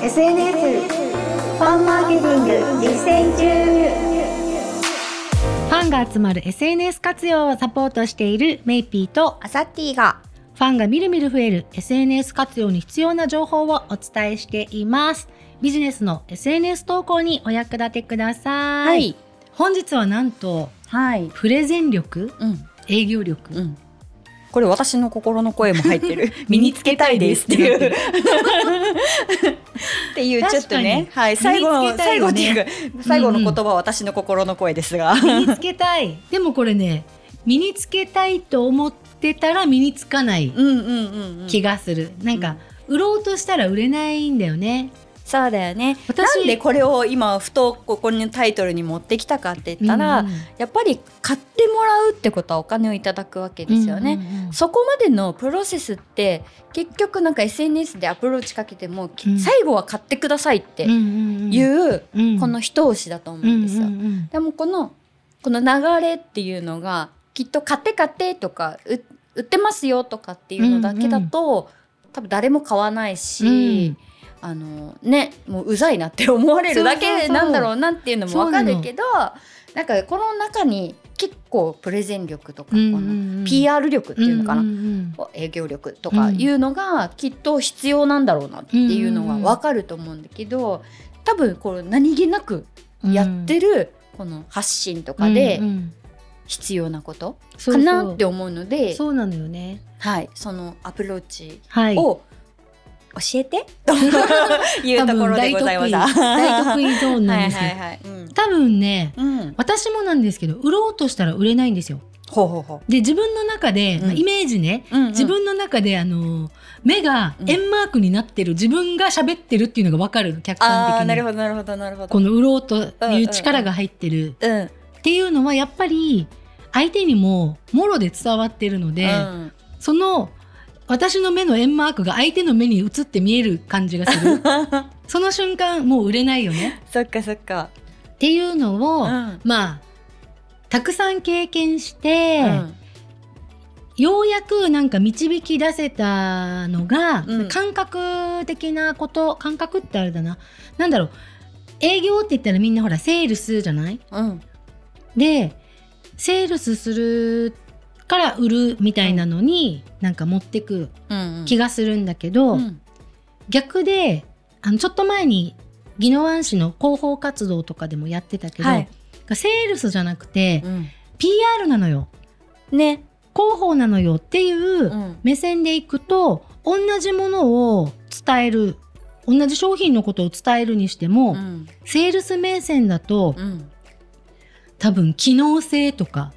SNS ファンマーケティング実践中。 ファンが集まる SNS 活用をサポートしているメイピーとアサッティがファンがみるみる増える SNS 活用に必要な情報をお伝えしています。ビジネスの SNS 投稿にお役立てください。 はい、 本日はなんと、プレゼン力、営業力、 これ私の心の声も入ってる身につけたいですっていうっていうちょっとね、最後の言葉は私の心の声ですが身につけたいでもこれね、身につけたいと思ってたら身につかない気がする。なんか売ろうとしたら売れないんだよね。 そうだよね。なんでこれを今ふとここにタイトルに持ってきたかって言ったら、やっぱり買ってもらうってことはお金をいただくわけですよね。そこまでのプロセスって結局なんか SNS でアプローチかけても、最後は買ってくださいっていうこの一押しだと思うんですよ。でもこの流れっていうのがきっと買ってとか売ってますよとかっていうのだけだと、多分誰も買わないし、もううざいなって思われるだけなんだろうなっていうのも分かるけど、なんかこの中に結構プレゼン力とか、この PR 力っていうのかな、営業力とかいうのがきっと必要なんだろうなっていうのが分かると思うんだけど、多分これ何気なくやってるこの発信とかで必要なことかなって思うので、 そうなのよね。 そのアプローチを教えてというところでございます。 大得意ゾーンなんですけど、多分ね、私もなんですけど、売ろうとしたら売れないんですよ。で、自分の中で、イメージね、自分の中で目が円マークになってる自分が喋ってるっていうのが分かるの、客観的に。 なるほどなるほどなるほど。 この売ろうという力が入ってるっていうのはやっぱり相手にももろで伝わってるので、その私の目の円マークが相手の目に映って見える感じがするその瞬間もう売れないよね。 そっかそっかっていうのを、まあたくさん経験して、ようやくなんか導き出せたのが、感覚的なこと。感覚ってあれだな、なんだろう、営業って言ったらみんなほらセールスじゃない、でセールスするから売るみたいなのになんか持ってく気がするんだけど、逆でちょっと前に宜野湾市の広報活動とかでもやってたけど、セールスじゃなくて、PR なのよね、広報なのよっていう目線でいくと、同じものを伝える、同じ商品のことを伝えるにしても、セールス目線だと、多分機能性とか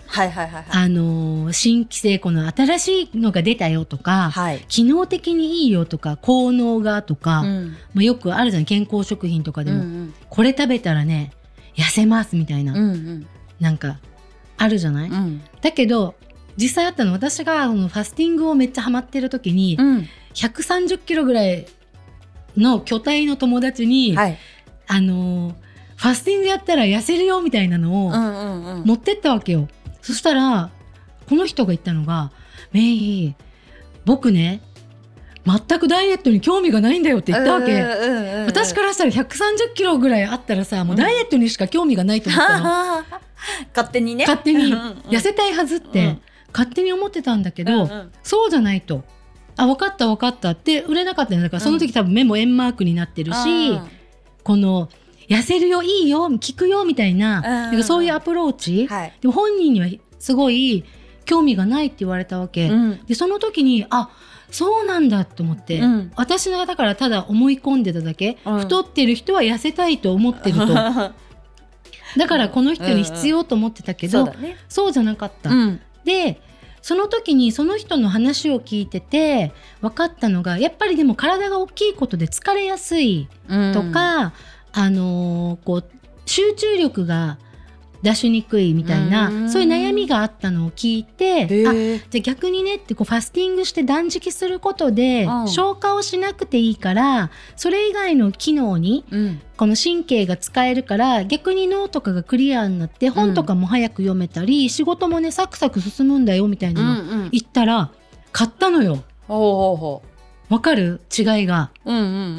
新規性、この新しいのが出たよとか、機能的にいいよとか、効能がとか、よくあるじゃん、健康食品とかでも、これ食べたらね痩せますみたいな、なんかあるじゃない、だけど実際あったの、私がファスティングをめっちゃハマってる時に、130キロぐらいの巨体の友達に、ファスティングやったら痩せるよみたいなのを持ってったわけよ。そしたらこの人が言ったのが、メイ、僕ね全くダイエットに興味がないんだよって言ったわけ。私からしたら130キロぐらいあったらさ、もうダイエットにしか興味がないと思ったの勝手にね、 勝手に痩せたいはずって勝手に思ってたんだけど、そうじゃないと、分かった分かったって売れなかったんだから、その時多分目も円マークになってるし、この痩せるよ、いいよ、効くよみたいな、なんかそういうアプローチ、でも本人にはすごい興味がないって言われたわけ、でその時にそうなんだと思って、私がだからただ思い込んでただけ、太ってる人は痩せたいと思ってるとだからこの人に必要と思ってたけど、そうじゃなかった、でその時にその人の話を聞いてて分かったのが、やっぱりでも体が大きいことで疲れやすいとか、こう集中力が出しにくいみたいな、そういう悩みがあったのを聞いて、じゃあ逆にねってファスティングして断食することで消化をしなくていいから、それ以外の機能にこの神経が使えるから、逆に脳とかがクリアになって本とかも早く読めたり、仕事もねサクサク進むんだよみたいなの言ったら買ったのよ。わかる違いが、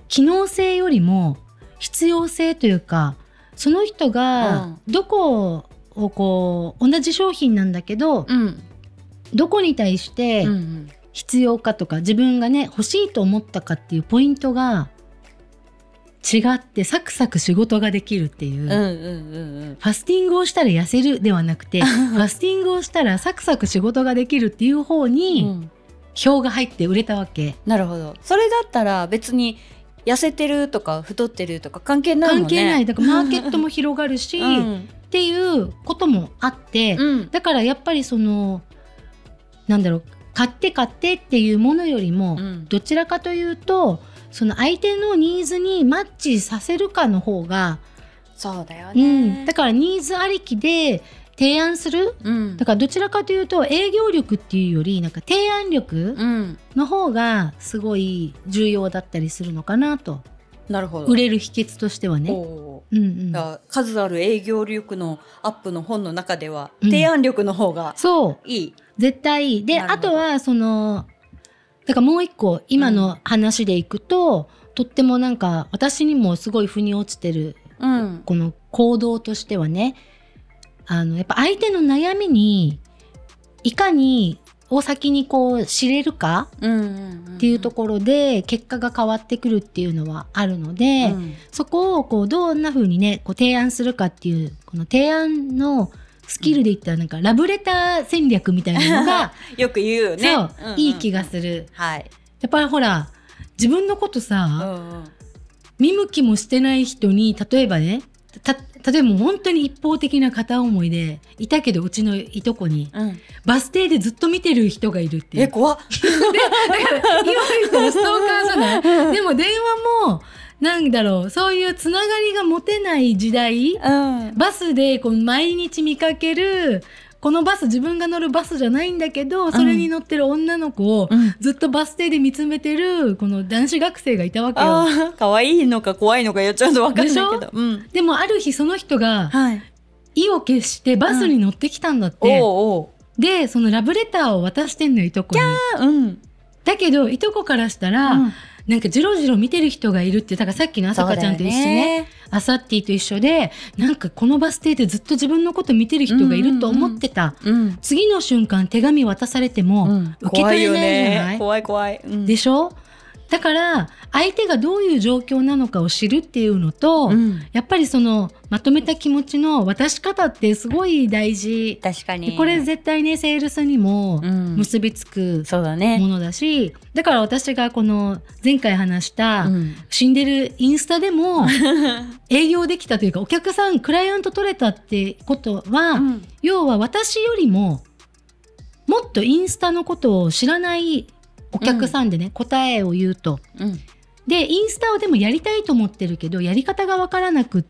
機能性よりも必要性というか、その人がどこをこう同じ商品なんだけど、どこに対して必要かとか、自分がね欲しいと思ったかっていうポイントが違ってサクサク仕事ができるっていう、ファスティングをしたら痩せるではなくてファスティングをしたらサクサク仕事ができるっていう方に票が入って売れたわけ。 なるほど。それだったら別に痩せてるとか太ってるとか関係ないもんね。 関係ない。だからマーケットも広がるし、っていうこともあって、だからやっぱりそのなんだろう、買ってっていうものよりも、どちらかというとその相手のニーズにマッチさせるかの方が、 そうだよね、 だからニーズありきで提案する、だからどちらかというと営業力っていうよりなんか提案力の方がすごい重要だったりするのかなと。 なるほど。 売れる秘訣としてはね。 数ある営業力のアップの本の中では、提案力の方がいい。 絶対いい。で、あとはそのだからもう一個今の話でいくと、とってもなんか私にもすごい腑に落ちてる、この行動としてはね、やっぱ相手の悩みにいかにを先にこう知れるかっていうところで結果が変わってくるっていうのはあるので、そこをこうどんな風にねこう提案するかっていうこの提案のスキルで言ったらなんかラブレター戦略みたいなのがよく言うよね。 そう、いい気がする。やっぱりほら自分のことさ、見向きもしてない人に例えばね、例えば本当に一方的な片思いでいたけど、うちのいとこに、バス停でずっと見てる人がいるっていう。 怖っ。 でだから今言ったらストーカーじゃないでも電話もなんだろう、そういうつながりが持てない時代、バスでこう毎日見かけるこのバス、自分が乗るバスじゃないんだけど、それに乗ってる女の子をずっとバス停で見つめてるこの男子学生がいたわけよ。 可愛いのか怖いのかちょっと分かんないけど、 でもある日その人が意を決してバスに乗ってきたんだって、でそのラブレターを渡してんのよ、いとこに。だけどいとこからしたら、なんかジロジロ見てる人がいるって。だからさっきのあさかちゃんと一緒ね、あさっティと一緒で、なんかこのバス停でずっと自分のこと見てる人がいると思ってた、次の瞬間手紙渡されても受け取れないじゃない。 怖い、 でしょ。だから相手がどういう状況なのかを知るっていうのと、やっぱりそのまとめた気持ちの渡し方ってすごい大事。 確かに。 これ絶対ねセールスにも結びつくものだし、だから私がこの前回話した死んでるインスタでも営業できたというか、お客さんクライアント取れたってことは、要は私よりももっとインスタのことを知らないお客さんでね、答えを言うと、でインスタをでもやりたいと思ってるけどやり方がわからなくって、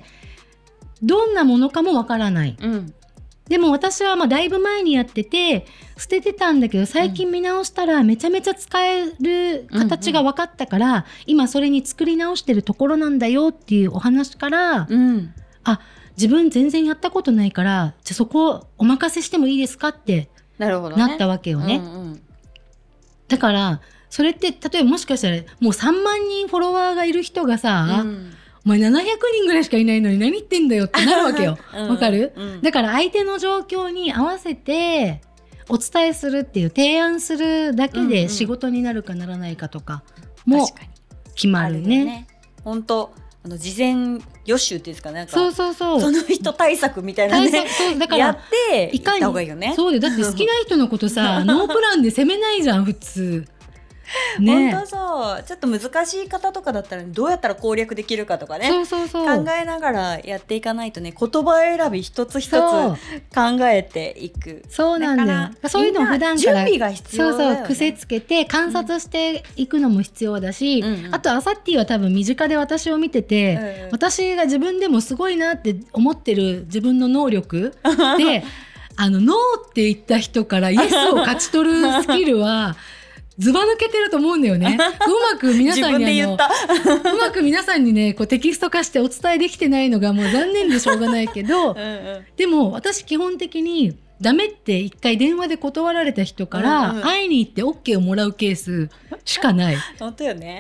どんなものかもわからない、でも私はまあだいぶ前にやってて捨ててたんだけど、最近見直したらめちゃめちゃ使える形が分かったから、今それに作り直してるところなんだよっていうお話から、あ、自分全然やったことないからじゃあそこお任せしてもいいですかってなったわけよね。だからそれって例えばもしかしたらもう3万人フォロワーがいる人がさ、お前700人ぐらいしかいないのに何言ってんだよってなるわけよ。わかる？だから相手の状況に合わせてお伝えするっていう、提案するだけで仕事になるかならないかとかも決まるね。 本当事前予習っていうんですかね、なんかそうその人対策みたいなね、だからやっていった方がいいよね。 そうで、だって好きな人のことさノープランで責めないじゃん普通。 本当そう。ちょっと難しい方とかだったらどうやったら攻略できるかとかね、考えながらやっていかないとね、言葉選び一つ一つ考えていく。 そうなんだよ。そういうの普段から準備が必要だよね。 癖つけて観察していくのも必要だし、あとアサッティは多分身近で私を見てて、私が自分でもすごいなって思ってる自分の能力でノーって言った人からイエスを勝ち取るスキルはずば抜けてると思うんだよね。うまく皆さんにうまく皆さんにねこうテキスト化してお伝えできてないのがもう残念でしょうがないけどでも私基本的にダメって一回電話で断られた人から会いに行って OK をもらうケースしかない。 本当よね。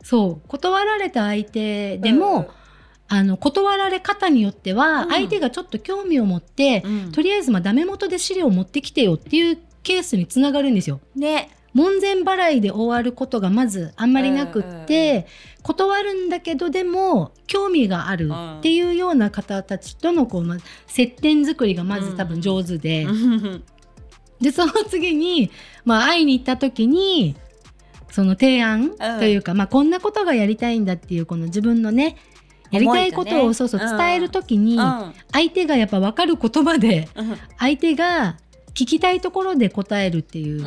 そう断られた相手でも、断られ方によっては相手がちょっと興味を持って、とりあえずダメ元で資料を持ってきてよっていうケースにつながるんですよ。 ね。 門前払いで終わることがまずあんまりなくって、断るんだけどでも興味があるっていうような方たちとの接点作りがまず多分上手で、でその次に、会いに行った時にその提案というか、こんなことがやりたいんだっていうこの自分のねやりたいことを伝える時に、相手がやっぱ分かる言葉で、相手が聞きたいところで答えるっていう、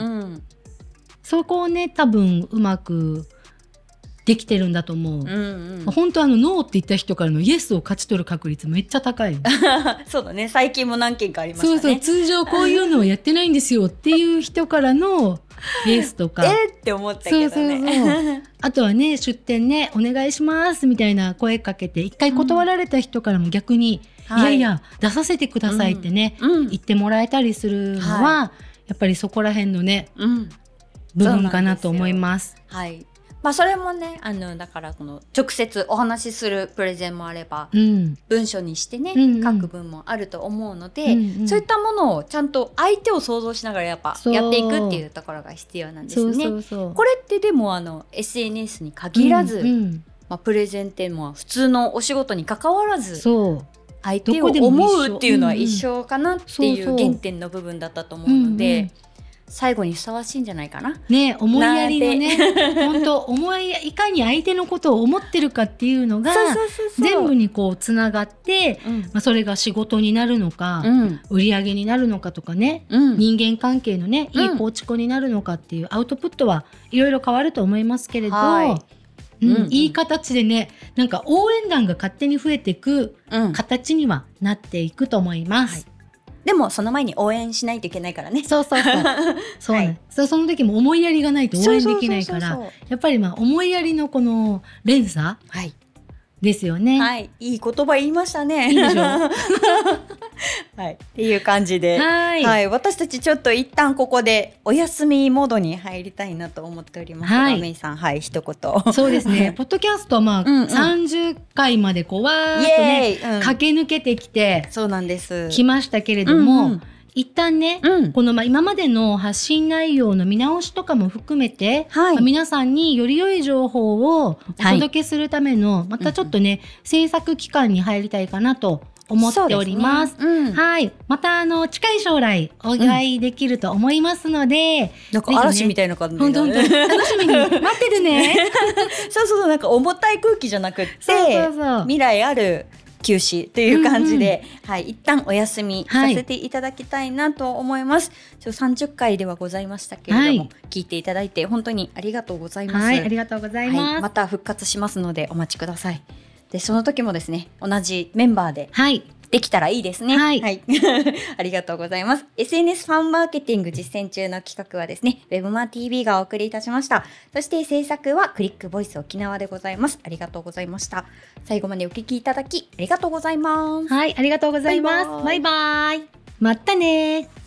そこをね多分うまくできてるんだと思う。本当ノーって言った人からのイエスを勝ち取る確率めっちゃ高い。 そうだね、最近も何件かありましたね。 そう通常こういうのをやってないんですよっていう人からのイエスとかって思ったけどね。 あとはね出店ねお願いしますみたいな声かけて一回断られた人からも逆に、いやいや出させてくださいってね、言ってもらえたりするのは、やっぱりそこら辺のね、部分かなと思います。 はい。それもねだからこの直接お話しするプレゼンもあれば、文書にしてね、書く分もあると思うので、そういったものをちゃんと相手を想像しながらやっぱやっていくっていうところが必要なんですね。これってでもSNS に限らず、プレゼンっても普通のお仕事に関わらず相手を思うっていうのは一緒かなっていう原点の部分だったと思うので、最後にふさわしいんじゃないかな。 ね、思いやりのね、本当いかに相手のことを思ってるかっていうのが全部につながって、それが仕事になるのか、売り上げになるのかとかね、人間関係のね、いい構築になるのかっていうアウトプットはいろいろ変わると思いますけれど、いい形でね、なんか応援団が勝手に増えていく形にはなっていくと思います。 でもその前に応援しないといけないからね。 そうその時も思いやりがないと応援できないから、やっぱり思いやりのこの連鎖ですよね。 はい、いい言葉言いましたね。 いいでしょ。 はい、っていう感じで、私たちちょっと一旦ここでお休みモードに入りたいなと思っておりますが、メイさん、一言。 そうですね。ポッドキャスト30回までわーっとね、駆け抜けてきて、 そうなんです。 来ましたけれども、一旦ね、この今までの発信内容の見直しとかも含めて、皆さんにより良い情報をお届けするための、またちょっとね、制作期間に入りたいかなと思っております。また近い将来お会いできると思いますので、 なんか嵐みたいな感じで、 本当楽しみに待ってるね。 そうなんか重たい空気じゃなくって未来ある休止という感じで、一旦お休みさせていただきたいなと思います。30回ではございましたけれども、聞いていただいて本当にありがとうございます。 ありがとうございます。 また復活しますのでお待ちください。でその時もですね、同じメンバーでできたらいいですね。ありがとうございます。SNS ファンマーケティング実践中の企画はですね、Webma TV がお送りいたしました。そして制作はクリックボイス沖縄でございます。ありがとうございました。最後までお聞きいただきありがとうございます。 ありがとうございます。バイバイ。またね。